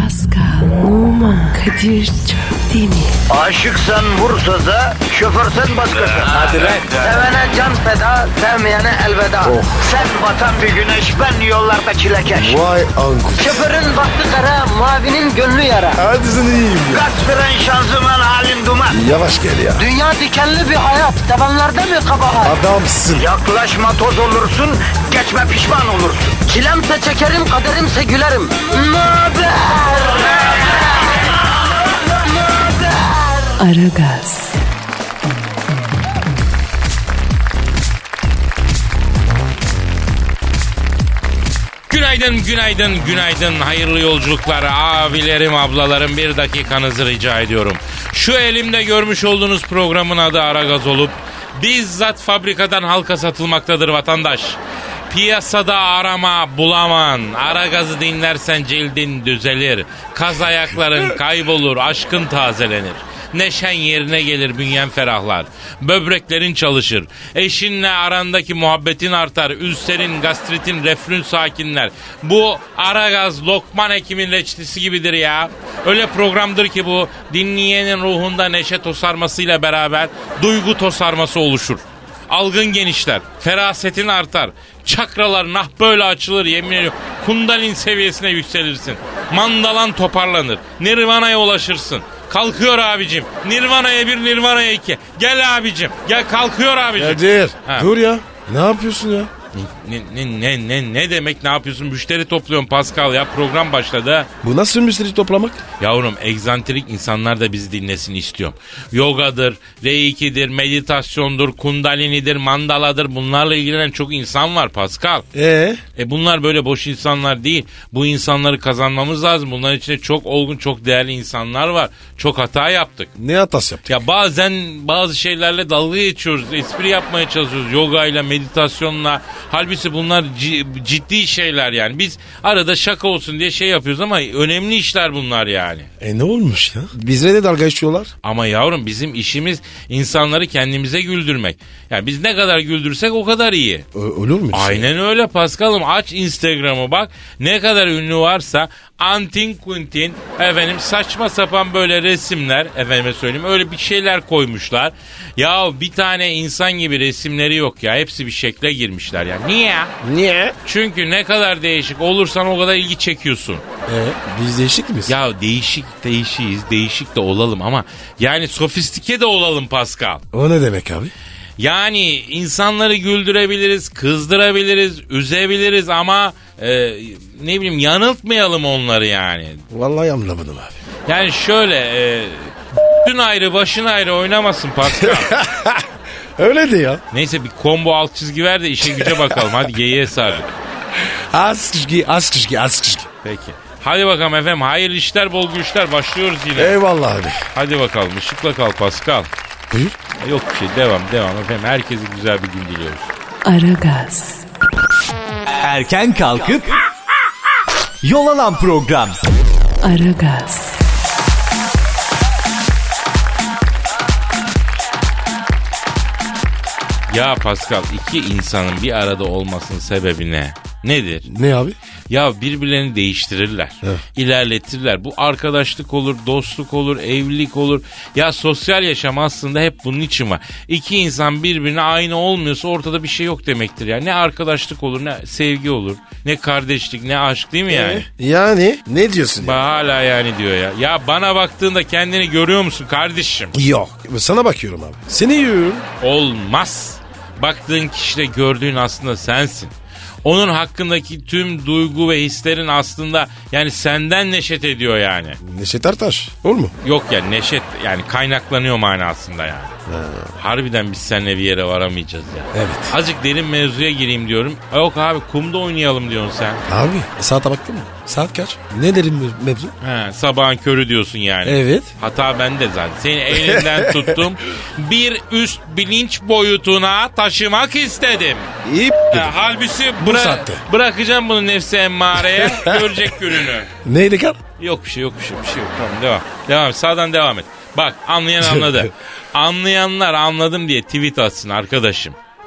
Pascal, Oman, Kadir çok değil mi? Aşıksan vursa da, şoförsen başkasın. Hadi lan. Sevene can feda, sevmeyene elveda. Sen batan bir güneş, ben yollarda çilekeş. Vay anku. Şoförün baktı kara, mavinin gönlü yara. Hadi sen iyiyim ya. Kasperen şanzıman halin duman. Yavaş gel ya. Dünya dikenli bir hayat, sevenlerde mi kabahar? Adamsın. Yaklaşma toz olursun, geçme pişman olursun. Çilemse çekerim, kaderimse gülerim. Möber! Aragaz. Günaydın, günaydın, günaydın. Hayırlı yolculuklar abilerim, ablalarım. Bir dakikanızı rica ediyorum. Şu elimde görmüş olduğunuz programın adı Aragaz olup bizzat fabrikadan halka satılmaktadır vatandaş. Piyasada arama bulaman. Aragaz'ı dinlersen cildin düzelir. Kaz ayakların kaybolur, aşkın tazelenir. Neşen yerine gelir, bünyen ferahlar. Böbreklerin çalışır. Eşinle arandaki muhabbetin artar. Ülserin, gastritin, reflün sakinler. Bu Aragaz Lokman Hekim'in reçetesi gibidir ya. Öyle programdır ki bu, dinleyenin ruhunda neşe tosarmasıyla beraber duygu tosarması oluşur. Algın genişler, ferasetin artar. Çakralar nah böyle açılır, yemin ediyorum. Kundalin seviyesine yükselirsin. Mandalan toparlanır. Nirvana'ya ulaşırsın. Kalkıyor abicim. Nirvana'ya bir, Nirvana'ya iki. Gel abicim. Gel, kalkıyor abicim. Kadir dur ya. Ne yapıyorsun ya? Ne demek ne yapıyorsun? Müşteri topluyorum Pascal ya, program başladı ha. Bu nasıl müşteri toplamak? Yavrum, egzantrik insanlar da bizi dinlesin istiyorum. Yogadır, reikidir, meditasyondur, kundalinidir, mandaladır, bunlarla ilgilenen çok insan var Pascal. Bunlar böyle boş insanlar değil. Bu insanları kazanmamız lazım. Bunların içinde çok olgun, çok değerli insanlar var. Çok hata yaptık. Ne hatası yaptık? Ya bazen bazı şeylerle dalga geçiyoruz. Espri yapmaya çalışıyoruz. Yogayla, meditasyonla. Halbuki bunlar ciddi şeyler yani. Biz arada şaka olsun diye şey yapıyoruz ama önemli işler bunlar yani. Ne olmuş ya? Bizle de dalga geçiyorlar. Ama yavrum, bizim işimiz insanları kendimize güldürmek. Yani biz ne kadar güldürsek o kadar iyi. Olur mu? Aynen öyle Paskal'ım. Aç Instagram'ı bak. Ne kadar ünlü varsa antin kuntin saçma sapan böyle resimler, efendime söyleyeyim, öyle bir şeyler koymuşlar. Ya bir tane insan gibi resimleri yok ya. Hepsi bir şekle girmişler ya. Niye? Çünkü ne kadar değişik olursan o kadar ilgi çekiyorsun. Biz değişik miyiz? Ya değişiyiz. Değişik de olalım ama yani sofistike de olalım Pascal. O ne demek abi? Yani insanları güldürebiliriz, kızdırabiliriz, üzebiliriz ama ne bileyim, yanıltmayalım onları yani. Vallahi anlamadım abi. Yani şöyle dün ayrı başın ayrı oynamasın Pascal. Öyle de ya. Neyse, bir combo alt çizgi ver de işe güce bakalım. Hadi geyiğe sardık. Az çizgi. Peki. Hadi bakalım efendim, hayırlı işler, bol güçler, başlıyoruz yine. Eyvallah abi. Hadi bakalım, ışıkla kal Pascal. Buyur. Yok bir şey, devam efendim, herkese güzel bir gün diliyoruz. Aragaz. Erken kalkıp yol alan program. Aragaz. Ya Pascal, iki insanın bir arada olmasının sebebi ne? Nedir? Ne abi? Ya birbirlerini değiştirirler. Evet. İlerletirler. Bu arkadaşlık olur, dostluk olur, evlilik olur. Ya sosyal yaşam aslında hep bunun için var. İki insan birbirine aynı olmuyorsa ortada bir şey yok demektir. Yani ne arkadaşlık olur, ne sevgi olur, ne kardeşlik, ne aşk, değil mi yani? Yani ne diyorsun? Hala yani diyor ya. Ya bana baktığında kendini görüyor musun kardeşim? Yok. Sana bakıyorum abi. Seni yiyorum. Olmaz. Baktığın kişide gördüğün aslında sensin. Onun hakkındaki tüm duygu ve hislerin aslında yani senden neşet ediyor yani. Neşet Ertaş. Olur mu? Yok ya, neşet yani kaynaklanıyor manasında yani. Harbiden biz seninle bir yere varamayacağız ya. Evet. Azıcık derin mevzuya gireyim diyorum. Yok abi, kumda oynayalım diyorsun sen. Abi saate baktın mı? Saat kaç? Ne derim mevzu? Sabahın körü diyorsun yani. Evet. Hata bende zaten. Senin elinden tuttum. Bir üst bilinç boyutuna taşımak istedim. İyi Halbuki saatte. bırakacağım bunu nefsi emmareye. Görecek gününü. Neydi kal? Yok bir şey yok. Tamam, devam et. Sağdan devam et. Bak, anlayan anladı. Anlayanlar anladım diye tweet atsın arkadaşım.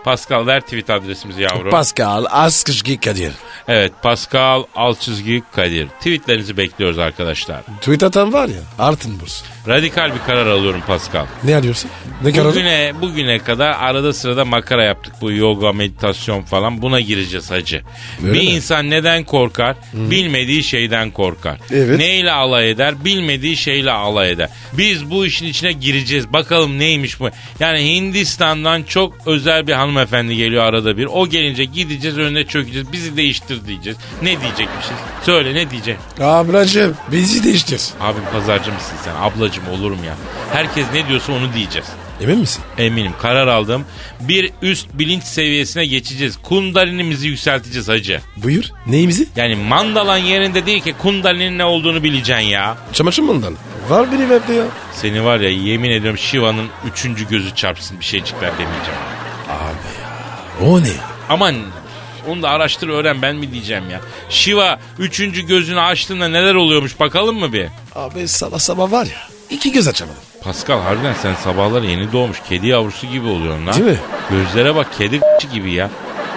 Pascal ver tweet adresimizi yavrum. Pascal Askışgi Kadir. Evet, Pascal _Kadir. Tweetlerinizi bekliyoruz arkadaşlar. Tweet atan var ya Artın Burs. Radikal bir karar alıyorum Pascal. Ne arıyorsun? Ne kararı? Bugüne kadar arada sırada makara yaptık. Bu yoga, meditasyon falan, buna gireceğiz hacı. Öyle bir mi? insan neden korkar? Bilmediği şeyden korkar. Evet. Neyle alay eder? Bilmediği şeyle alay eder. Biz bu işin içine gireceğiz. Bakalım neymiş bu? Yani Hindistan'dan çok özel bir hanımefendi geliyor arada bir. O gelince gideceğiz, önüne çökeceğiz. Bizi değiştir diyeceğiz. Ne diyecekmişiz? Söyle, ne diyeceksin? Ablacığım bizi değiştir. Abim pazarcı mısın sen? Ablacım olur mu ya? Herkes ne diyorsa onu diyeceğiz. Emin misin? Eminim, karar aldım. Bir üst bilinç seviyesine geçeceğiz. Kundalinimizi yükselteceğiz hacı. Buyur. Neyimizi? Yani mandalan yerinde değil ki kundalinin ne olduğunu bileceksin ya. Çamaşır mandalı. Var benim evde ya. Seni var ya, yemin ediyorum Shiva'nın 3. gözü çarpsın, bir şeycikler demeyeceğim. Abi ya. O ne ya? Aman onu da araştır öğren, ben mi diyeceğim ya. Shiva 3. gözünü açtığında neler oluyormuş bakalım mı bir? Abi sabah var ya. 2 göz açamadım. Pascal harbiden sen sabahları yeni doğmuş kedi yavrusu gibi oluyorsun lan. Değil mi? Gözlere bak, kedi gibi ya.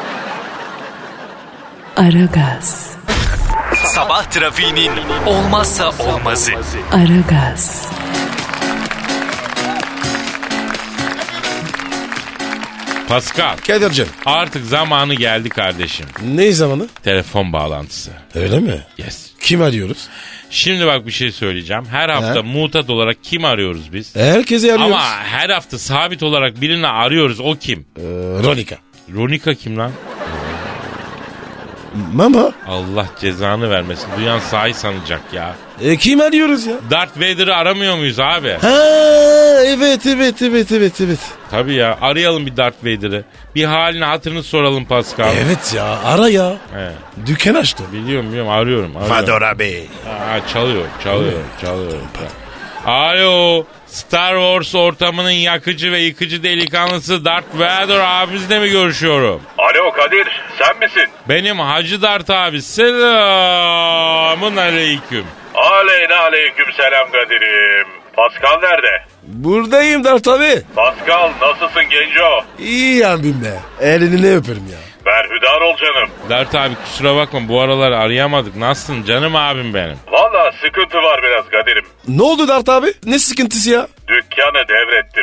Aragaz. Sabah trafiğinin olmazsa olmazı. Aragaz. Pascal, Kadir'cim. artık zamanı geldi kardeşim. Ne zamanı? Telefon bağlantısı. Öyle mi? Yes. Kim arıyoruz? Şimdi bak bir şey söyleyeceğim. Her hafta mutat olarak kim arıyoruz biz? Herkesi arıyoruz. Ama her hafta sabit olarak birini arıyoruz. O kim? Ronika. Ronika kim lan? Mama. Allah cezanı vermesin. Duyan sahi sanacak ya. Kim arıyoruz ya? Darth Vader'ı aramıyor muyuz abi? Ha evet. Tabii ya, arayalım bir Darth Vader'ı. Bir halini hatırını soralım Pascal. Evet ya ara ya. He. Dükkan açtı. Biliyorum arıyorum. Fedora Bey. Çalıyor. Alo, Star Wars ortamının yakıcı ve yıkıcı delikanlısı Darth Vader abimizle mi görüşüyorum? Alo Kadir, sen misin? Benim Hacı Dart abi, selamun aleyküm. Aleyküm selam Kadir'im. Pascal nerede? Buradayım Dart abi. Pascal nasılsın genco? İyi abim be. Elini ne öperim ya. Berhudar ol canım. Dart abi kusura bakma, bu aralar arayamadık. Nasılsın canım abim benim? Valla sıkıntı var biraz Kadir'im. Ne oldu Dart abi? Ne sıkıntısı ya? Dükkanı devrettim.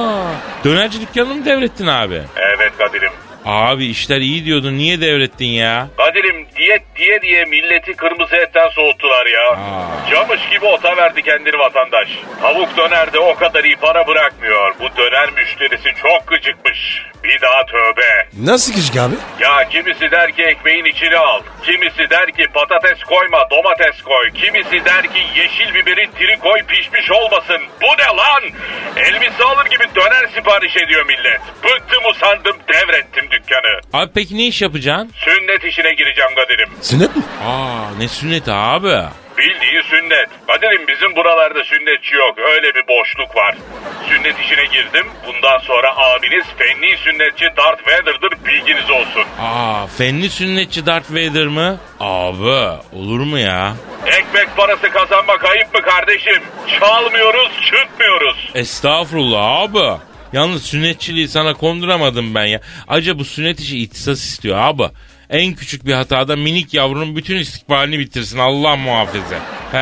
Dönerci dükkanını mı devrettin abi? Evet Kadir'im. Abi işler iyi diyordun, niye devrettin ya? Kadir'im diyet diye milleti kırmızı etten soğuttular ya. Camış gibi ota verdi kendini vatandaş. Tavuk dönerde o kadar iyi para bırakmıyor. Bu döner müşterisi çok gıcıkmış. Bir daha tövbe. Nasıl küçük abi? Ya kimisi der ki ekmeğin içine al. Kimisi der ki patates koyma, domates koy. Kimisi der ki yeşil biberin tiri koy, pişmiş olmasın. Bu ne lan? Elbise alır gibi döner sipariş ediyor millet. Bıktım usandım, devrettim dükkanı. Abi peki ne iş yapacaksın? Sünnet işine gireceğim Kadir'im. Sünnet mi? Ne sünneti abi? Bildiği sünnet. Kadir'im bizim buralarda sünnetçi yok. Öyle bir boşluk var. Sünnet işine girdim. Bundan sonra abiniz fenni sünnetçi Darth Vader'dır, bilginiz olsun. Fenli sünnetçi Darth Vader mı? Abi olur mu ya? Ekmek parası kazanmak ayıp mı kardeşim? Çalmıyoruz, çırpmıyoruz. Estağfurullah abi. Yalnız sünnetçiliği sana konduramadım ben ya. Acaba bu sünnet işi ihtisas istiyor abi. En küçük bir hatada minik yavrunun bütün istikbalini bitirsin, Allah muhafaza.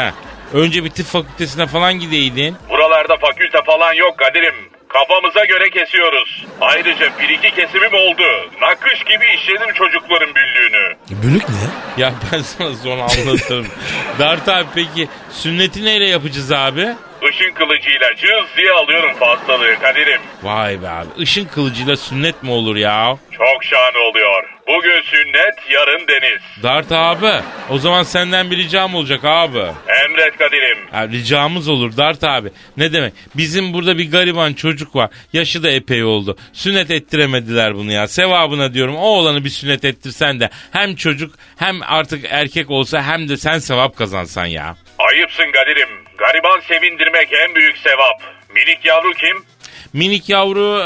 Önce bir tıp fakültesine falan gideydin. Buralarda fakülte falan yok Kadir'im. Kafamıza göre kesiyoruz. Ayrıca bir iki kesimim oldu. Nakış gibi işledim çocukların büllüğünü. Bölük ne? Ya ben sana sonra anlatırım. Dart abi peki sünneti neyle yapacağız abi? Işın kılıcıyla cız diye alıyorum fazlalığı Kadir'im. Vay be abi, ışın kılıcıyla sünnet mi olur ya? Çok şahane oluyor. Bugün sünnet, yarın deniz. Dart abi, o zaman senden bir ricam olacak abi. Emret Kadir'im. Ricamız olur Dart abi. Ne demek? Bizim burada bir gariban çocuk var. Yaşı da epey oldu. Sünnet ettiremediler bunu ya. Sevabına diyorum, o oğlanı bir sünnet ettirsen de hem çocuk hem artık erkek olsa hem de sen sevap kazansan ya. Ayıpsın Kadir'im. Gariban sevindirmek en büyük sevap. Minik yavru kim? Minik yavru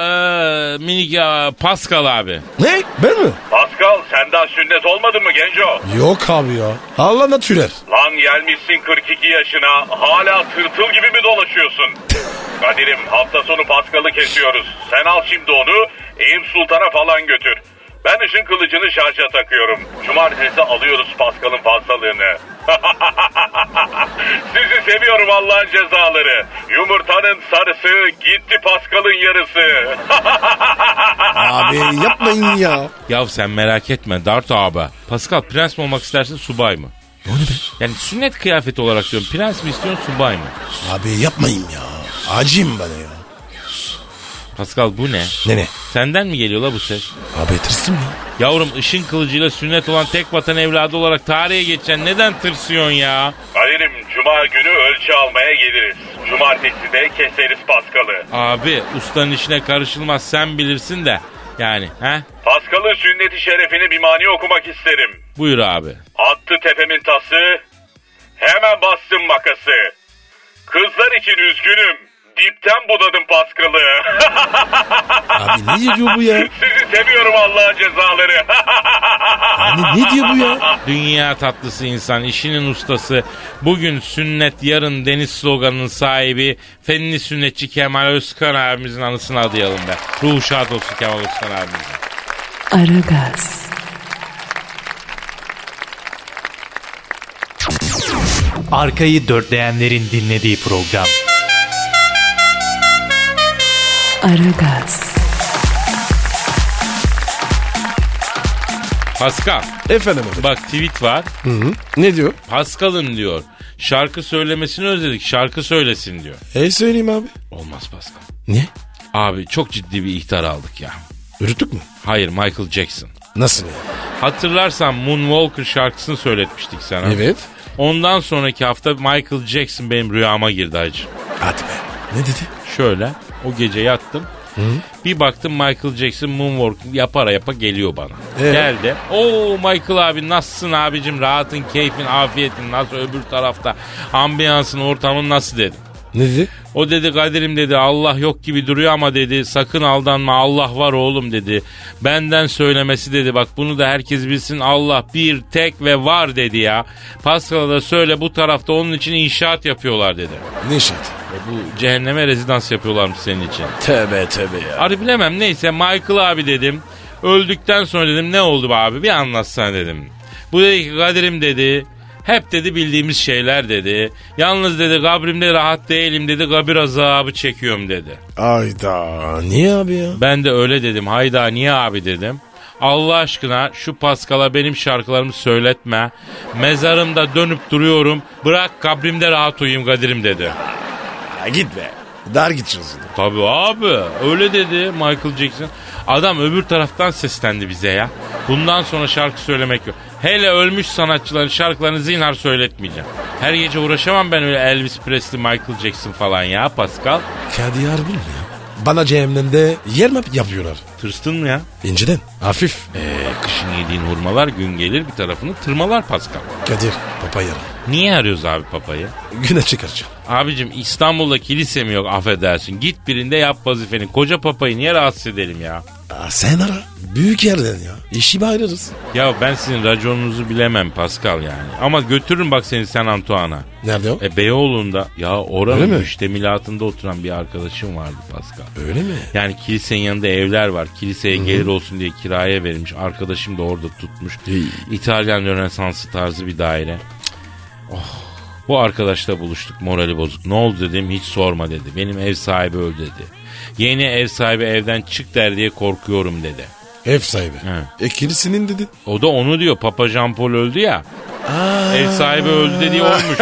Pascal abi. Ne? Ben mi? Pascal, senden sünnet olmadı mı genco? Yok abi ya. Allah natürer. Lan gelmişsin 42 yaşına, hala tırtıl gibi mi dolaşıyorsun? Kadir'im hafta sonu Pascal'ı kesiyoruz. Sen al şimdi onu, Eyüp Sultan'a falan götür. Ben ışın kılıcını şarja takıyorum. Cumartesi alıyoruz Pascal'ın fazlalığını. Sizi seviyorum Allah'ın cezaları. Yumurtanın sarısı gitti Pascal'ın yarısı. Abi yapmayın ya. Ya sen merak etme Dart abi. Pascal prens mi olmak istersin subay mı? O ne be? Yani sünnet kıyafeti olarak diyorum. Prens mi istiyorsun subay mı? Abi yapmayın ya. Acıyım bana ya. Pascal bu ne? Ne? Senden mi geliyor la bu ses? Abi tırsın ya. Yavrum ışın kılıcıyla sünnet olan tek vatan evladı olarak tarihe geçen neden tırsıyorsun ya? Kadir'im cuma günü ölçü almaya geliriz. Cumartesi de keseriz Pascal'ı. Abi ustanın işine karışılmaz sen bilirsin de. Yani he? Pascal'ın sünneti şerefine bir mani okumak isterim. Buyur abi. Attı tepemin tası, hemen bastım makası. Kızlar için üzgünüm, dipten budadım Pascal'ı. Abi ne diyor bu ya? Sizi seviyorum Allah'ın cezaları. Abi ne diyor bu ya? Dünya tatlısı insan, işinin ustası. Bugün sünnet, yarın deniz sloganının sahibi Fenli sünnetçi Kemal Özkan abimizin anısını adayalım be. Ruhu şad olsun Kemal Özkan abimizin. Aragaz. Arkayı dörtleyenlerin dinlediği program. Aragaz. Pascal, Efendim abi. bak tweet var. Hı. Ne diyor? Pascal'ın diyor şarkı söylemesini özledik, şarkı söylesin diyor. Söyleyeyim abi. Olmaz Pascal. Ne? Abi çok ciddi bir ihtar aldık ya. Ürüttük mü? Hayır, Michael Jackson. Nasıl ya? Hatırlarsan Moonwalker şarkısını söyletmiştik sana. Evet. Ondan sonraki hafta Michael Jackson benim rüyama girdi hacı. Hadi be. Ne dedi? Şöyle o gece yattım. Bir baktım Michael Jackson moonwalk yapa geliyor bana. Geldi. Oo Michael abi nasılsın abicim, rahatın, keyfin, afiyetin nasıl, öbür tarafta ambiyansın, ortamın nasıl dedim. Ne dedi? O dedi Kadir'im dedi Allah yok gibi duruyor ama dedi sakın aldanma, Allah var oğlum dedi. Benden söylemesi dedi, bak bunu da herkes bilsin, Allah bir tek ve var dedi ya. Pascal'a da söyle bu tarafta onun için inşaat yapıyorlar dedi. Ne işaret? Bu cehenneme rezidans yapıyorlarmış senin için. Tövbe ya. Arı bilemem neyse Michael abi dedim. Öldükten sonra dedim ne oldu be abi bir anlatsana dedim. Bu dedi ki Kadir'im dedi. Hep dedi bildiğimiz şeyler dedi. Yalnız dedi kabrimde rahat değilim dedi. Kabir azabı çekiyorum dedi. Ayda niye abi ya? Ben de öyle dedim. Hayda niye abi dedim. Allah aşkına şu Pascal'a benim şarkılarımı söyletme. Mezarımda dönüp duruyorum. Bırak kabrimde rahat uyuyayım Kadir'im dedi. Git be. Dar gideceksin. Tabii abi öyle dedi Michael Jackson. Adam öbür taraftan seslendi bize ya. Bundan sonra şarkı söylemek yok. Hele ölmüş sanatçıların şarkılarını zinhar söyletmeyeceğim. Her gece uğraşamam ben öyle Elvis Presley, Michael Jackson falan ya Pascal. Kadir Harbi mi ya? Bana cehennemde yer mi yapıyorlar? Tırstın mı ya? İnceden. Hafif. Kışın yediğin hurmalar gün gelir bir tarafını tırmalar Pascal. Kadir papaya. Niye arıyoruz abi papayı? Güne çıkaracağım. Abicim İstanbul'da kilise mi yok affedersin. Git birinde yap vazifeni. Koca papayı niye rahatsız edelim ya? Sen ara. Büyük yerden ya. İşi ayrılırız. Ya ben sizin raconunuzu bilemem Pascal yani. Ama götürürüm bak seni San Antoine'a. Nerede o? Beyoğlu'nda ya oranın müştemilatında oturan bir arkadaşım vardı Pascal. Öyle mi? Yani kilisenin yanında evler var. Kiliseye gelir olsun diye kiraya verilmiş. Arkadaşım da orada tutmuş. İtalyan Rönesansı tarzı bir daire. Bu arkadaşla buluştuk, morali bozuk. Ne oldu dedim, hiç sorma dedi. Benim ev sahibi öldü dedi. Yeni ev sahibi evden çık der diye korkuyorum dedi. Ev sahibi. Kilisinin dedi. O da onu diyor, Papa Jean Paul öldü ya. Ev sahibi öldü dediği olmuş.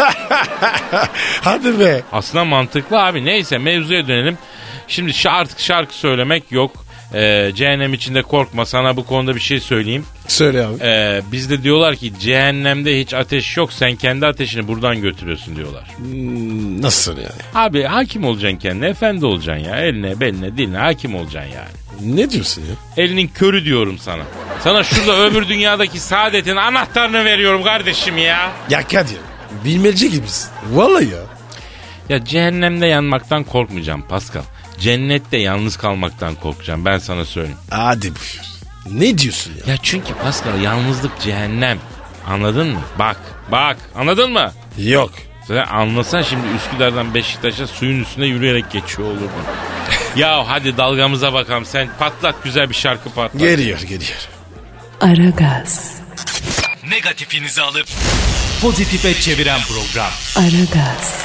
Hadi be. Aslında mantıklı abi. Neyse mevzuya dönelim. Şimdi artık şarkı söylemek yok. Cehennem içinde korkma, sana bu konuda bir şey söyleyeyim. Söyle abi. Bizde diyorlar ki cehennemde hiç ateş yok, sen kendi ateşini buradan götürüyorsun diyorlar. Nasıl yani? Abi hakim olacaksın kendine, efendi olacaksın ya. Eline, beline, diline hakim olacaksın yani. Ne diyorsun ya? Elinin körü diyorum sana. Sana şurada öbür dünyadaki saadetin anahtarını veriyorum kardeşim ya. Ya Kadir, bilmece gibisin. Vallahi ya. Ya cehennemde yanmaktan korkmayacağım Pascal. Cennette yalnız kalmaktan korkacağım, ben sana söyleyeyim. Hadi buyur. Ne diyorsun ya? Ya çünkü Pascal yalnızlık cehennem. Anladın mı? Bak anladın mı? Yok. Sen anlasan şimdi Üsküdar'dan Beşiktaş'a suyun üstünde yürüyerek geçiyor olurdun. Ya hadi dalgamıza bakalım. Sen patlat, güzel bir şarkı patlat. Geliyor. Aragaz, Negatifinizi alıp pozitife çeviren program. Aragaz,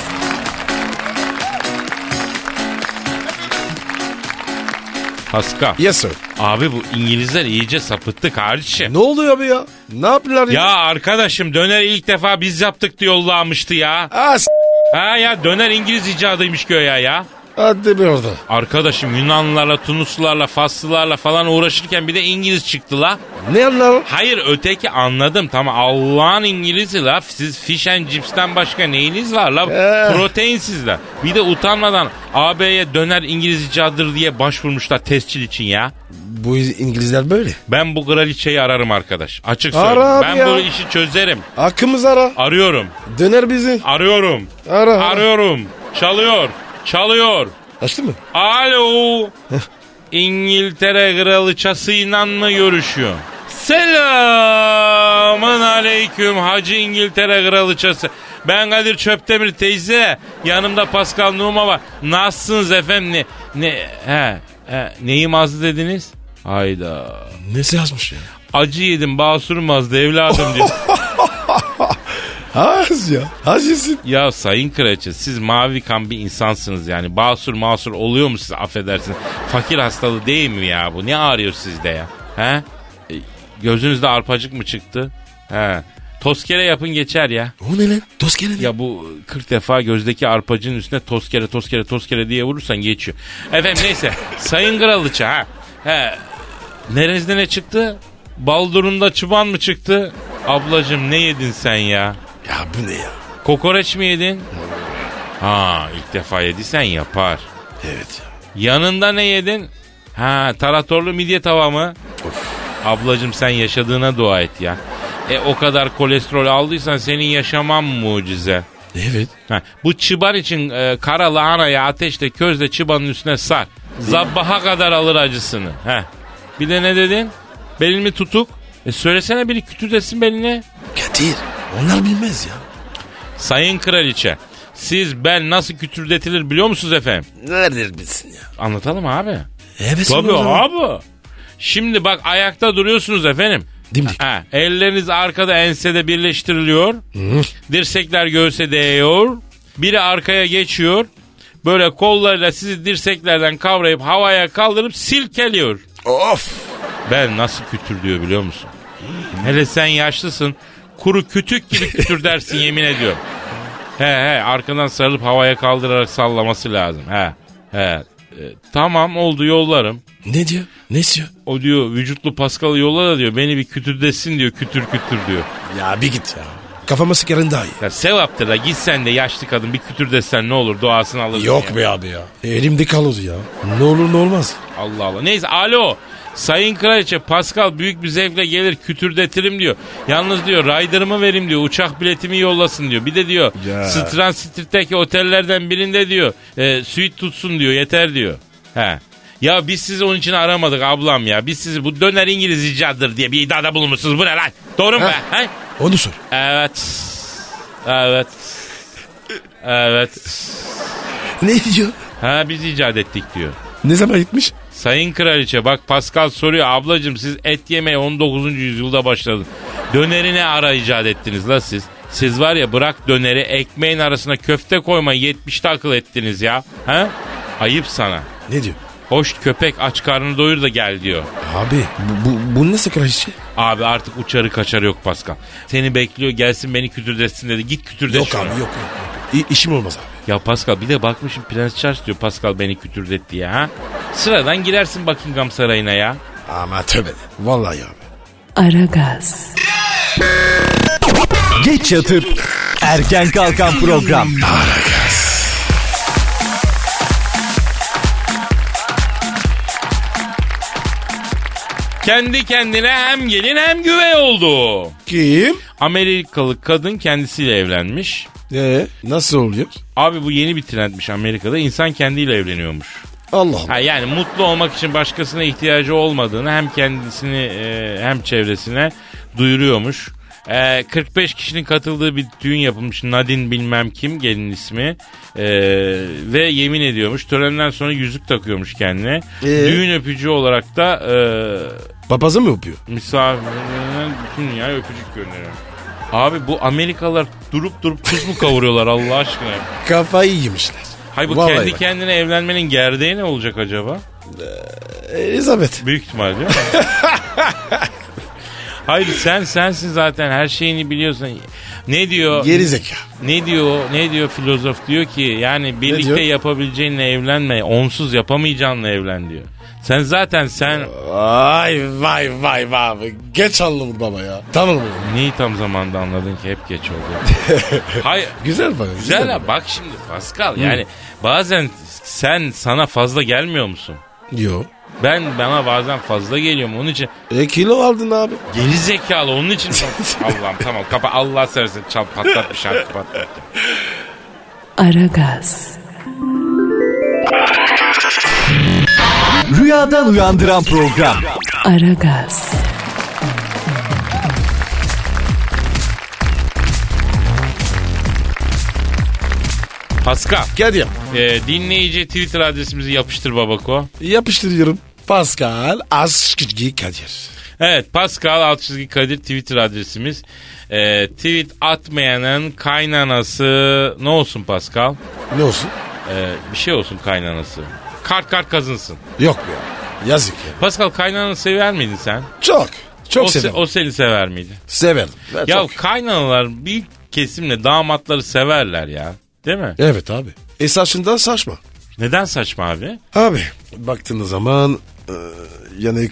Pascal. Yes sir. Abi bu İngilizler iyice sapıttı kardeşim. Ne oluyor abi ya? Ne yaptılar ya? Ya arkadaşım, döner ilk defa biz yaptık diye yollamıştı ya. Ha ya, döner İngiliz icadıymış göya ya. Hadi be orada. Arkadaşım, Yunanlılarla, Tunuslularla, Faslılarla falan uğraşırken bir de İngiliz çıktı la. Ne anlar? Hayır, öteki anladım, tamam, Allah'ın İngiliz'i la. Siz fish and chips'ten başka neyiniz var la? Proteinsizler. Bir de utanmadan AB'ye döner İngiliz icadıdır diye başvurmuşlar tescil için ya. Bu İngilizler böyle. Ben bu kraliçeyi ararım arkadaş. Açık Ara söyleyeyim. abi Ben ya. bu işi çözerim. Hakkımız ara. Arıyorum. Döner bizi. Arıyorum. Ara. Arıyorum. Çalıyor. Açtı mı? Alo. İngiltere kraliçasıyla mı görüşüyor? Selamın aleyküm Hacı İngiltere kraliçası. Ben Kadir Çöptemir teyze. Yanımda Pascal Numa var. Nasılsınız efendim? Neyim azdı dediniz? Hayda. Nesi yazmış ya? Acı yedim, basurum azdı evladım diyor. Az ya. Az yesin. Ya sayın kraliçe, siz mavi kan bir insansınız yani. Basur oluyor mu size, affedersiniz? Fakir hastalığı değil mi ya bu? Ne ağrıyor sizde ya? He? Gözünüzde arpacık mı çıktı? He. Toskere yapın geçer ya. O ne lan? Toskere ne? Ya bu 40 defa gözdeki arpacığın üstüne toskere diye vurursan geçiyor. Efendim neyse. Sayın kraliçe ha. He. Nerenizde ne çıktı? Baldurunda çıban mı çıktı? Ablacığım ne yedin sen ya? Ya bu ne ya? Kokoreç mi yedin? Ha, ilk defa yediysen yapar. Evet. Yanında ne yedin? Ha, taratorlu midye tava mı? Of. Ablacığım sen yaşadığına dua et ya. O kadar kolesterol aldıysan senin yaşaman mucize. Evet. Ha, bu çıban için kara lahanayı ateşte közle çıbanın üstüne sar. Zabbaha kadar alır acısını. Heh. Bir de ne dedin? Belin mi tutuk? Söylesene, biri kütürdesin beline. Kadir. Onlar bilmez ya. Sayın kraliçe, siz bel nasıl kütürdetilir biliyor musunuz efendim? Neredir bilsin ya? Anlatalım abi. Evet. Tabii abi. Şimdi bak, ayakta duruyorsunuz efendim. Dimdik. Ha, elleriniz arkada ensede birleştiriliyor. Dirsekler göğse değiyor. Biri arkaya geçiyor. Böyle kollarıyla sizi dirseklerden kavrayıp havaya kaldırıp silkeliyor. Of. Ben nasıl kütür diyor biliyor musun? Hele sen yaşlısın. Kuru kütük gibi kütür dersin yemin ediyorum. He arkadan sarılıp havaya kaldırarak sallaması lazım. Tamam oldu, yollarım. Ne diyor? Ne istiyor? O diyor vücutlu Pascal'ı yolla da diyor beni bir kütürdesin diyor, kütür diyor. Ya bir git ya. Kafama sıkarın daha iyi. Ya sevaptır da, gitsen de yaşlı kadın bir kütürdesen ne olur, duasını alır. Yok ya. Be abi ya. Elimde kalır ya. Ne olur ne olmaz. Allah Allah. Neyse, alo. Sayın kraliçe, Pascal büyük bir zevkle gelir kütürdetirim diyor. Yalnız diyor rider'ımı vereyim diyor. Uçak biletimi yollasın diyor. Bir de diyor Strand Street'teki otellerden birinde diyor suite tutsun diyor, yeter diyor. He. Ya biz sizi onun için aramadık ablam ya. Biz sizi bu döner İngiliz icadıdır diye bir iddiada bulunmuşsunuz. Bu ne lan? Doğru mu be? He? Onu sor. Evet. Ne diyor? Ha, biz icat ettik diyor. Ne zaman gitmiş? Sayın kraliçe bak, Pascal soruyor, ablacığım siz et yemeye 19. yüzyılda başladınız. Döneri ne ara icat ettiniz la siz? Siz var ya, bırak döneri, ekmeğin arasına köfte koymayı 70'te akıl ettiniz ya. Ha? Ayıp sana. Ne diyor? Hoş köpek, aç karnını doyur da gel diyor. Abi bu nasıl kraliçe? Abi artık uçarı kaçarı yok Pascal. Seni bekliyor, gelsin beni kütürdesin dedi. Git kütürdet Yok şunu. abi yok. İşim olmaz abi. Ya Pascal, bir de bakmışım Prens Charles diyor Pascal beni kütürdet diye ha. Sıradan girersin Buckingham Sarayı'na ya. Ama tövbe. Vallahi abi. Aragaz, Geç yatıp erken kalkan program. Kendi kendine hem gelin hem güvey oldu. Kim? Amerikalı kadın kendisiyle evlenmiş. Nasıl oluyor? Abi bu yeni bir trendmiş Amerika'da. İnsan kendiyle evleniyormuş. Allah Allah. Ha, yani mutlu olmak için başkasına ihtiyacı olmadığını hem kendisini hem çevresine duyuruyormuş. 45 kişinin katıldığı bir düğün yapılmış. Nadine bilmem kim gelin ismi. Ve yemin ediyormuş. Törenden sonra yüzük takıyormuş kendine. Düğün öpücüğü olarak da Papazı mı öpüyor? misafirlerine bütün dünyaya öpücük gönderiyor. Abi bu Amerikalılar durup tuz mu kavuruyorlar Allah aşkına? Kafayı yemişler. Hayır bu Vallahi kendi bak. kendine evlenmenin gerdeği ne olacak acaba? Elizabeth. Büyük ihtimal değil mi? Hayır sensin zaten her şeyini biliyorsun. Ne diyor? Geri zeka. Ne diyor filozof diyor ki yani birlikte diyor? yapabileceğinle evlenme, onsuz yapamayacağınla evlen diyor. Sen zaten Vay. Geç anladım baba ya. Tamam mı? neyi tam zamanda anladın ki hep geç oldu. Hayır. Güzel bak. Güzel ha bak şimdi Pascal yani bazen sana fazla gelmiyor musun? Yok. Bana bazen fazla geliyorum onun için. Kilo aldın abi. Geri zekalı onun için. Allah'ım tamam kapa Allah seversen çal patlat bir şarkı patlat. Aragaz, Rüyadan uyandıran program. Aragaz, Pascal Kadir. dinleyici Twitter adresimizi yapıştır babako. Yapıştırıyorum. Pascal Askizgi Kadir. Evet Pascal _ Kadir Twitter adresimiz. Tweet atmayanın kaynanası ne olsun Pascal? Ne olsun? Bir şey olsun kaynanası. Kart kazınsın. Yok be. Yazık ya. Pascal kaynananı sever miydin sen? Çok severim. O seni sever miydi? Severim. Ben Ya çok. kaynanalar büyük kesimle damatları severler ya. Değil mi? Evet abi. Esasında saçma. Neden saçma abi? Abi baktığın zaman yani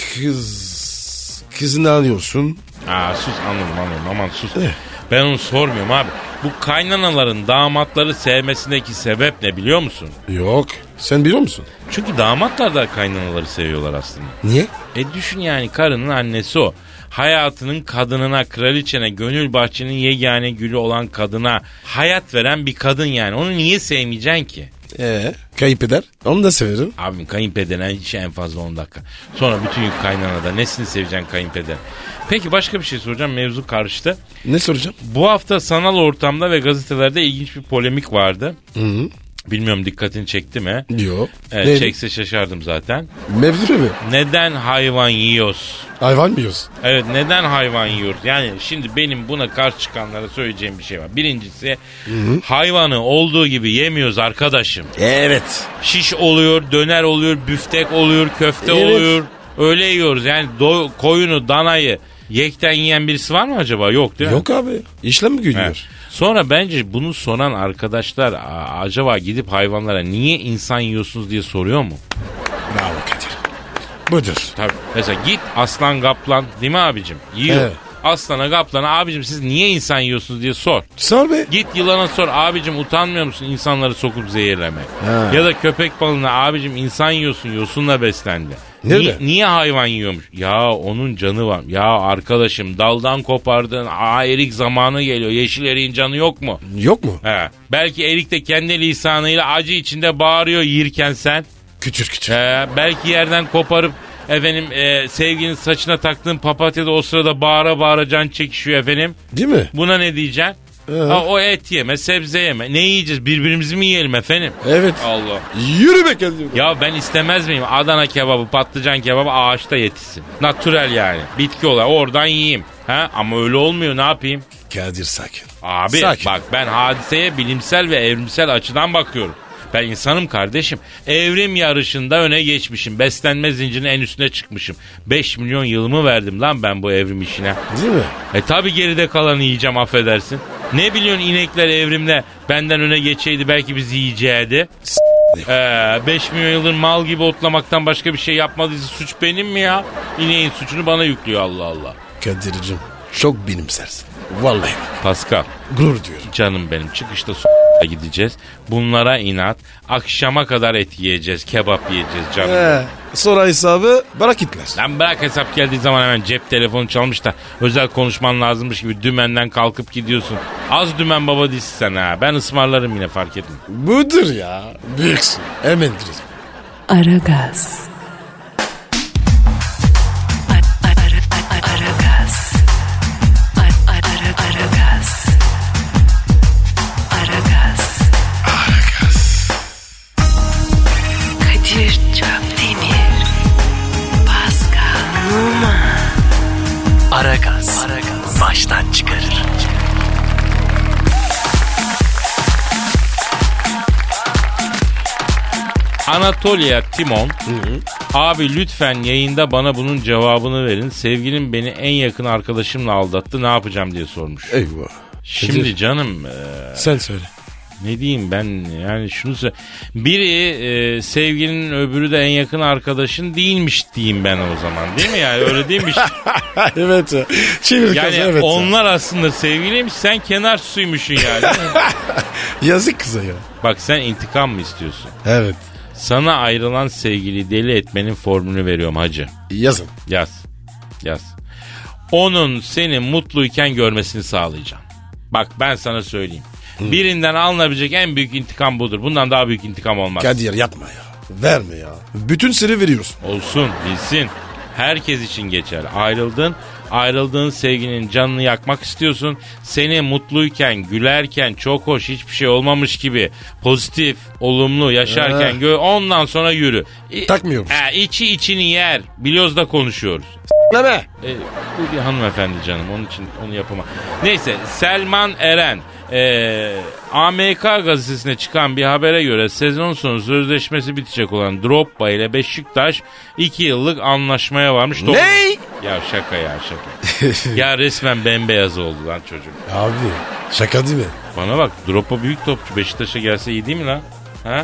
kızını alıyorsun. Sus anladım aman sus. Ben onu sormuyorum abi. Bu kaynanaların damatları sevmesindeki sebep ne biliyor musun? Yok. Sen biliyor musun? Çünkü damatlar da kaynanaları seviyorlar aslında. Niye? Düşün yani karının annesi o. Hayatının kadınına, kraliçene, gönül bahçenin yegane gülü olan kadına hayat veren bir kadın yani. Onu niye sevmeyeceksin ki? Kayınpeder. Onu da severim. Abim kayınpederine işe en fazla 10 dakika. Sonra bütün yük kaynanada. Nesini seveceksin kayınpeder? Peki başka bir şey soracağım. Mevzu karıştı. Ne soracağım? Bu hafta sanal ortamda ve gazetelerde ilginç bir polemik vardı. Hı. Bilmiyorum dikkatini çekti mi? Yok. Çekse şaşardım zaten. Mevzu mu? Neden hayvan yiyoruz? Hayvan mı yiyoruz? Evet neden hayvan yiyoruz? Yani şimdi benim buna karşı çıkanlara söyleyeceğim bir şey var. Birincisi hayvanı olduğu gibi yemiyoruz arkadaşım. Evet. Şiş oluyor, döner oluyor, büftek oluyor, köfte oluyor. Öyle yiyoruz yani koyunu, danayı yekten yiyen birisi var mı acaba? Yok değil mi? Yok abi. İşlem mi gülüyor? Evet. Sonra bence bunu soran arkadaşlar acaba gidip hayvanlara niye insan yiyorsunuz diye soruyor mu? Bravo Kadir. Budur. Tabii. Mesela git aslan kaplan değil mi abicim? Yiyor. Evet. Aslana kaplana abicim siz niye insan yiyorsunuz diye sor. Sor be. Git yılana sor abicim utanmıyor musun insanları sokup zehirleme? Ha. Ya da köpek balığına abicim insan yiyorsun yosunla beslendi. Nerede? Niye hayvan yiyormuş? Ya onun canı var. Ya arkadaşım daldan kopardın erik zamanı geliyor. Yeşil eriğin canı yok mu? Yok mu? He. Belki erik de kendi lisanıyla acı içinde bağırıyor yirken sen. Kütür. Belki yerden koparıp sevginin saçına taktığın papatya da o sırada bağıra bağıra can çekişiyor efendim. Değil mi? Buna ne diyeceksin? O et yeme, sebze yeme. Ne yiyeceğiz? Birbirimizi mi yiyelim efendim? Evet. Allah. Yürü be Kadir. Ya ben istemez miyim? Adana kebabı, patlıcan kebabı ağaçta yetişsin. Natürel yani. Bitki olarak oradan yiyeyim. Ama öyle olmuyor ne yapayım? Kadir sakin. Abi Sakin. bak ben hadiseye bilimsel ve evrimsel açıdan bakıyorum. Ben insanım kardeşim. Evrim yarışında öne geçmişim. Beslenme zincirinin en üstüne çıkmışım. 5 milyon yılımı verdim lan ben bu evrim işine. Değil mi? Tabi geride kalanı yiyeceğim affedersin. Ne biliyorsun inekler evrimde benden öne geçeydi belki bizi yiyeceğiydi. 5 milyon yıldır mal gibi otlamaktan başka bir şey yapmadıysa suç benim mi ya? İneğin suçunu bana yüklüyor Allah Allah. Kadir'cim çok bilimselsin. Vallahi. Pascal. Gurur diyorum. Canım benim çıkışta gideceğiz. Bunlara inat. Akşama kadar et yiyeceğiz. Kebap yiyeceğiz canım. Sonra hesabı bırak gitler. Lan bırak hesap geldiği zaman hemen cep telefonu çalmış da özel konuşman lazımmış gibi dümenden kalkıp gidiyorsun. Az dümen baba değilsin sen ha. Ben ısmarlarım yine fark etme. Budur ya. Büyüksün. Hemen direkt. Aragaz. Aragaz. Anatolia Timon. Abi lütfen yayında bana bunun cevabını verin. Sevgilim beni en yakın arkadaşımla aldattı, ne yapacağım diye sormuş. Eyvah. Şimdi canım Sen söyle. ne diyeyim ben, yani şunu söyle. Biri sevgilinin, öbürü de en yakın arkadaşın değilmiş diyeyim ben o zaman, değil mi yani, öyle değilmiş. Evet ya. Çevir Yani kızı, evet. onlar aslında sevgiliymiş, sen kenar suymuşsun yani. Yazık kıza ya. Bak sen intikam mı istiyorsun? Evet. Sana ayrılan sevgili deli etmenin formülünü veriyorum hacı. Yazın. Yaz. Yaz. Onun seni mutluyken görmesini sağlayacağım. Bak ben sana söyleyeyim. Birinden alınabilecek en büyük intikam budur. Bundan daha büyük intikam olmaz. Kadir yapma ya. Verme ya. Bütün sırrı veriyorsun. Olsun, bilsin. Herkes için geçer. Ayrıldığın sevginin canını yakmak istiyorsun. Seni mutluyken, gülerken, çok hoş, hiçbir şey olmamış gibi pozitif, olumlu yaşarken ondan sonra yürü. Takmıyoruz. İçi içini yer. Biliyoruz da konuşuyoruz. Deme. Bu bir hanımefendi canım, onun için onu yapamam. Neyse, Selman Eren AMK gazetesine çıkan bir habere göre sezon sonu sözleşmesi bitecek olan Drogba ile Beşiktaş 2 yıllık anlaşmaya varmış. Ne? Ya şaka ya şaka. Ya resmen bembeyaz oldu lan çocuk. Abi şaka değil mi? Bana bak, Drogba büyük topçu, Beşiktaş'a gelse iyi değil mi lan? Ha?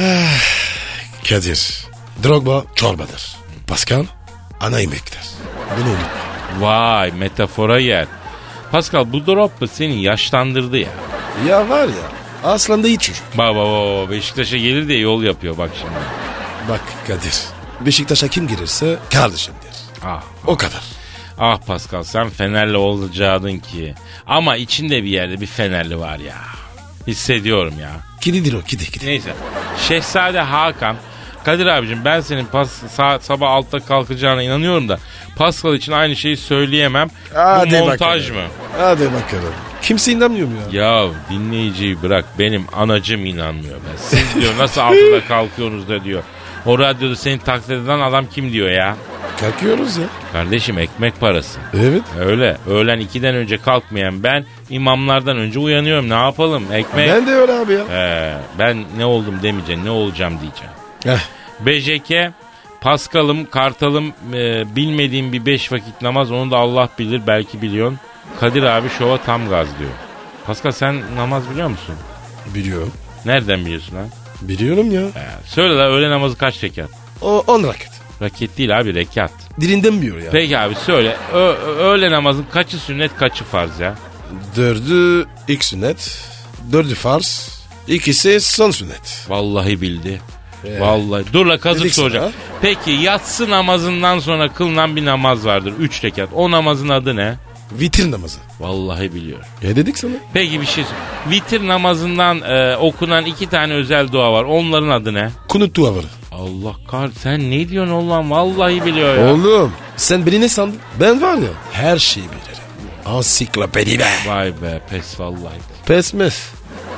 Kadir. Drogba çorbadır. Pascal ana yemektir. Bunu unutma. Vay, metafora yer. Pascal, bu Drogba seni yaşlandırdı ya. Ya var ya aslında iyi çocuk. Baba Beşiktaş'a gelir diye yol yapıyor bak şimdi. Bak Kadir. Beşiktaş'a kim girirse kardeşim der. O kadar. Ah Pascal, sen Fenerli olacaktın ki. Ama içinde bir yerde bir Fenerli var ya. Hissediyorum ya. Kididir o kidi. Neyse. Şehzade Hakan. Kadir abicim, ben senin sabah 6'da kalkacağına inanıyorum da Pascal için aynı şeyi söyleyemem. Hadi bu montaj bakalım. mı? Hadi bakalım. Kimse inanmıyor mu ya? Ya dinleyiciyi bırak, benim anacım inanmıyor ben. Siz diyor nasıl 6'da kalkıyorsunuz da diyor. O radyoda seni taklit eden adam kim diyor ya? Kalkıyoruz ya. Kardeşim, ekmek parası. Evet. Öyle. Öğlen 2'den önce kalkmayan ben imamlardan önce uyanıyorum. Ne yapalım? Ekmek. Ben de öyle abi ya. Ben ne oldum demeyeceğim. Ne olacağım diyeceğim. BJK, Paskal'ım, Kartal'ım, bilmediğim bir 5 vakit namaz, onu da Allah bilir, belki biliyorsun. Kadir abi şova tam gaz diyor. Pascal, sen namaz biliyor musun? Biliyorum. Nereden biliyorsun lan? Biliyorum ya. Söyle la, öğle namazı kaç rekat? 10 raket. Raket değil abi, rekat. Dilinden biliyor ya. Peki abi söyle, öğle namazın kaçı sünnet, kaçı farz ya? 4'ü ilk sünnet, 4'ü farz, 2'si son sünnet. Vallahi bildi. Vallahi. Dur la, kazık Dedik soracağım. sana. Peki yatsı namazından sonra kılınan bir namaz vardır. 3 rekat. O namazın adı ne? Vitir namazı. Vallahi biliyor. Dedik sana. Peki bir şey söyle. Vitir namazından okunan 2 tane özel dua var. Onların adı ne? Kunut duaları. Allah kahretsin, sen ne diyorsun oğlum? Vallahi biliyor ya. Oğlum sen beni ne sandın? Ben var ya her şeyi bilirim. Ansiklopedi be. Vay be, pes vallahi. Pesmez.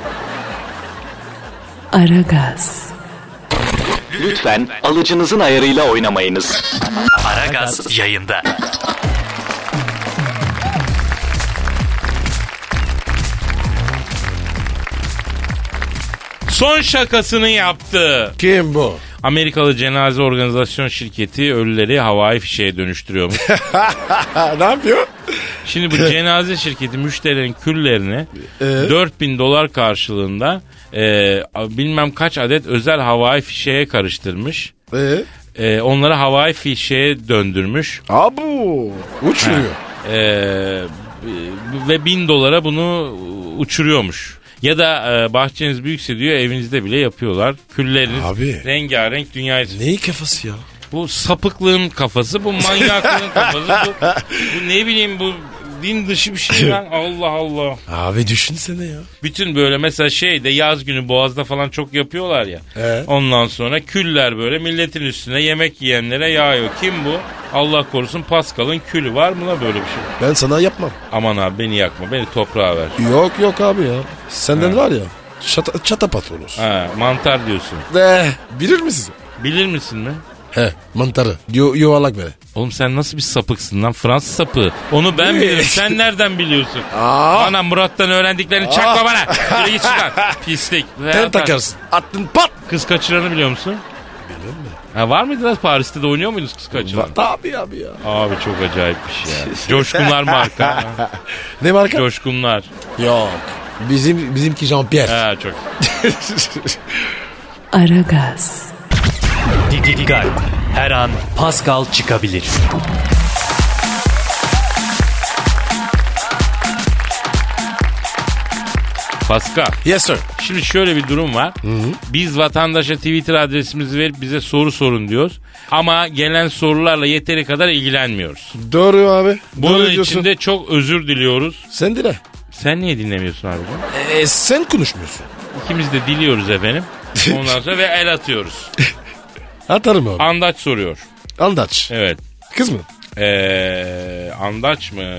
Aragaz. Lütfen alıcınızın ayarıyla oynamayınız. Aragaz yayında. Son şakasını yaptı. Kim bu? Amerikalı cenaze organizasyon şirketi ölüleri havai fişeğe dönüştürüyormuş. Ne yapıyor? Şimdi bu cenaze şirketi müşterilerin küllerini $4,000 karşılığında bilmem kaç adet özel havai fişeğe karıştırmış. Onları havai fişeğe döndürmüş. Abu uçuruyor. Ve $1,000 bunu uçuruyormuş. Ya da bahçeniz büyükse diyor, evinizde bile yapıyorlar. Külleriniz Abi. rengarenk, dünyayı... Neyi kafası ya? Bu sapıklığın kafası, bu manyaklığın kafası, bu ne bileyim, bu din dışı bir şey lan. Allah Allah. Abi düşünsene ya. Bütün böyle mesela şeyde yaz günü Boğaz'da falan çok yapıyorlar ya. Ondan sonra küller böyle milletin üstüne yemek yiyenlere yağıyor. Kim bu? Allah korusun, Pascal'ın külü. Var mı la böyle bir şey? Ben sana yapmam. Aman abi, beni yakma, beni toprağa ver. Yok abi ya. Senden var ya çatapat olur. Mantar diyorsun. Bilir misin? Bilir misin mi? Mantarı. Yuvarlak böyle. Oğlum sen nasıl bir sapıksın lan, Fransız sapığı. Onu ben bilirim, sen nereden biliyorsun? Bana Murat'tan öğrendiklerini çakma bana. Yürü git şuradan. Pislik. Sen takarsın. Attın pat. Kız kaçıranı biliyor musun? Bilmem mi? Ha, var mıydınız Paris'te de oynuyor muydunuz kız kaçıran? Tabii abi ya. Abi çok acayip bir şey ya. Coşkunlar marka. Ne marka? Coşkunlar. Yok. Bizimki Jean-Pierre. Ha çok. Aragaz, Dikkat. Her an Pascal çıkabilir. Pascal. Yes sir. Şimdi şöyle bir durum var. Biz vatandaşa Twitter adresimizi verip bize soru sorun diyoruz. Ama gelen sorularla yeteri kadar ilgilenmiyoruz. Doğru abi. Bunun Doğru için de çok özür diliyoruz. Sen dile. Sen niye dinlemiyorsun abicim? Sen konuşmuyorsun. İkimiz de diliyoruz efendim. Ondan sonra ve el atıyoruz. Atarım abi. Andaç soruyor. Andaç. Evet. Kız mı? Andaç mı?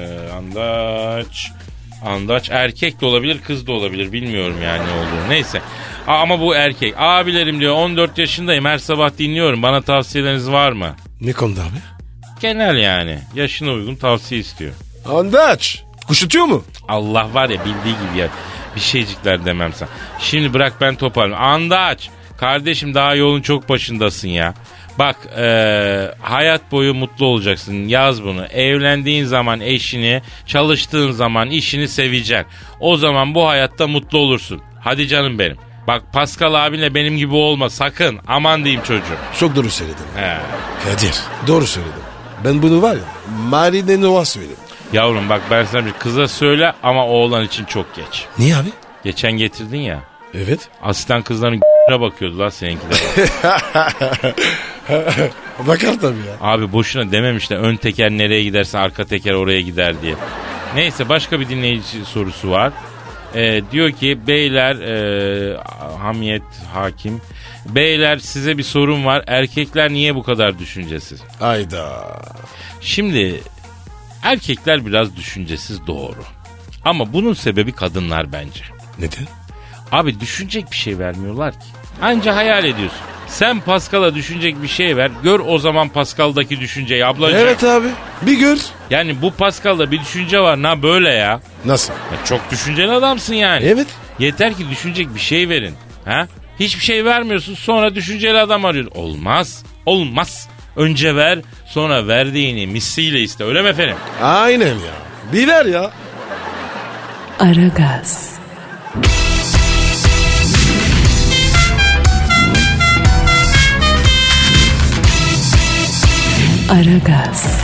Andaç erkek de olabilir, kız da olabilir. Bilmiyorum yani ne olduğunu. Neyse. Ama bu erkek. Abilerim diyor 14 yaşındayım. Her sabah dinliyorum. Bana tavsiyeleriniz var mı? Ne konuda abi? Genel yani. Yaşına uygun tavsiye istiyor. Andaç. Kuşutuyor mu? Allah var ya bildiği gibi ya. Bir şeycikler demem sana. Şimdi bırak ben toparlayayım. Andaç. Kardeşim daha yolun çok başındasın ya. Bak hayat boyu mutlu olacaksın. Yaz bunu. Evlendiğin zaman eşini, çalıştığın zaman işini seveceksin. O zaman bu hayatta mutlu olursun. Hadi canım benim. Bak Pascal abinle benim gibi olma sakın. Aman diyeyim çocuğum. Çok doğru söyledin. He. Kadir. Doğru söyledim. Ben bunu var ya Marine Nova söyledim. Yavrum bak ben sana bir kıza söyle ama oğlan için çok geç. Niye abi? Geçen getirdin ya. Evet. Asistan kızların bakıyordu lan seninkiler. Bakar tabii ya. Abi boşuna dememişler ön teker nereye giderse arka teker oraya gider diye. Neyse başka bir dinleyici sorusu var. Diyor ki beyler Hamiyet Hakim. Beyler size bir sorum var. Erkekler niye bu kadar düşüncesiz? Ayda. Şimdi erkekler biraz düşüncesiz doğru. Ama bunun sebebi kadınlar bence. Neden? Abi düşünecek bir şey vermiyorlar ki. Anca hayal ediyorsun. Sen Pascal'a düşünecek bir şey ver. Gör o zaman Pascal'daki düşünceyi ablacığım. Evet abi. Bir gör. Yani bu Pascal'da bir düşünce var. Na böyle ya. Nasıl? Ya çok düşünceli adamsın yani. Evet. Yeter ki düşünecek bir şey verin. Ha? Hiçbir şey vermiyorsun sonra düşünceli adam arıyorsun. Olmaz. Olmaz. Önce ver sonra verdiğini misliyle iste. Öyle mi efendim? Aynen ya. Bir ver ya. Aragaz, Aragaz,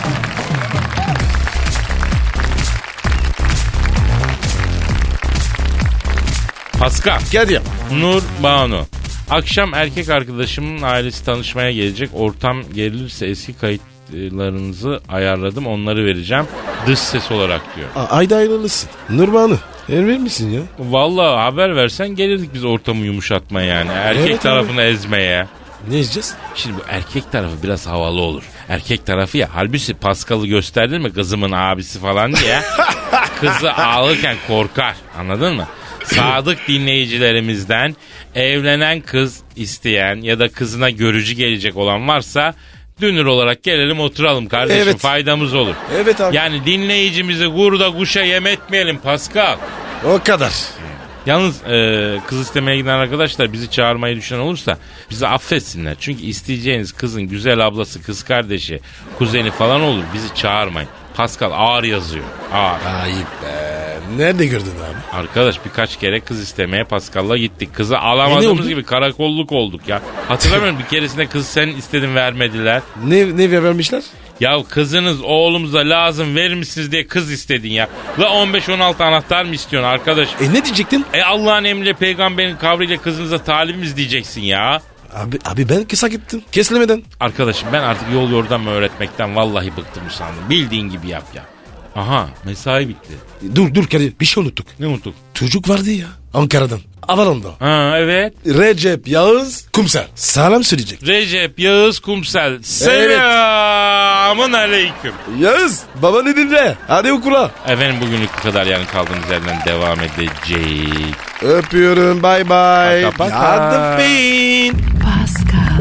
Pascal. Kadir. Nur Banu. Akşam erkek arkadaşımın ailesi tanışmaya gelecek. Ortam gerilirse eski kayıtlarınızı ayarladım. Onları vereceğim. Dış ses olarak diyor. Ayda ayrılısın. Nurbanı. Emir misin ya? Vallahi haber versen gelirdik biz ortamı yumuşatmaya yani. Erkek Evet tarafını ezmeye. Ne izleyeceğiz? Şimdi bu erkek tarafı biraz havalı olur. Erkek tarafı ya halbuki Pascal'ı gösterdin mi kızımın abisi falan diye. Kızı ağlarken korkar. Anladın mı? Sadık dinleyicilerimizden evlenen kız isteyen ya da kızına görücü gelecek olan varsa dünür olarak gelelim oturalım kardeşim, Evet. faydamız olur. Evet abi. Yani dinleyicimizi kurda kuşa yem etmeyelim Pascal. O kadar. Yalnız kız istemeye giden arkadaşlar bizi çağırmayı düşünen olursa bizi affetsinler. Çünkü isteyeceğiniz kızın güzel ablası, kız kardeşi, kuzeni falan olur. Bizi çağırmayın. Pascal ağır yazıyor. Ağır. Ayıp be. Nerede gördün abi? Arkadaş birkaç kere kız istemeye Pascal'la gittik. Kızı Ne alamadığımız oldu? gibi karakolluk olduk ya. Hatırlamıyorum bir keresinde kız sen istedin vermediler. Ne vermişler? Ya kızınız oğlumuza lazım verir misiniz diye kız istedin ya. La 15-16 anahtar mı istiyorsun arkadaş? Ne diyecektin? Allah'ın emriyle peygamberin kavriyle kızınıza talibimiz diyeceksin ya. Abi ben kısa gittim. Keslemeden. Arkadaşım ben artık yol yordam öğretmekten vallahi bıktım sandım. Bildiğin gibi yap ya. Aha mesai bitti. Dur Kadir bir şey unuttuk. Ne unuttuk? Çocuk vardı ya Ankara'dan. Avalon'da. Ha evet. Recep Yağız Kumsel. Selam söyleyecek. Recep Yağız Kumsel. Selamın aleyküm. Yağız baba ne dinle. Hadi okula. Efendim bugünlük bu kadar yani kaldığımız yerden devam edeceğiz. Öpüyorum bay bay. Paka paka. Hadi fin. Pascal,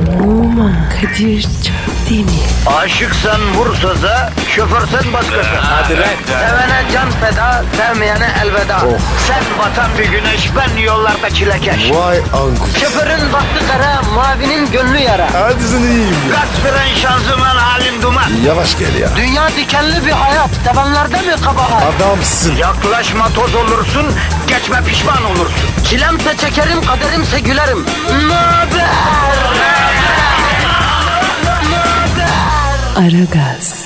Numan Kadir Çöpdemir. Aşıksan vursa da, şoförsen başkasın. Hadi lan. Sevene can feda, sevmeyene elveda. Sen batan bir güneş, ben yollarda çilekeş. Vay anku. Şoförün baktı kara, mavinin gönlü yara. Hadi sen iyiyim ya. Kasperen şanzıman halin duman. Yavaş gel ya. Dünya dikenli bir hayat, sevenlerde mi kabahar? Adamsın. Yaklaşma toz olursun, geçme pişman olursun. Çilemse çekerim, kaderimse gülerim. Möber! Aragaz.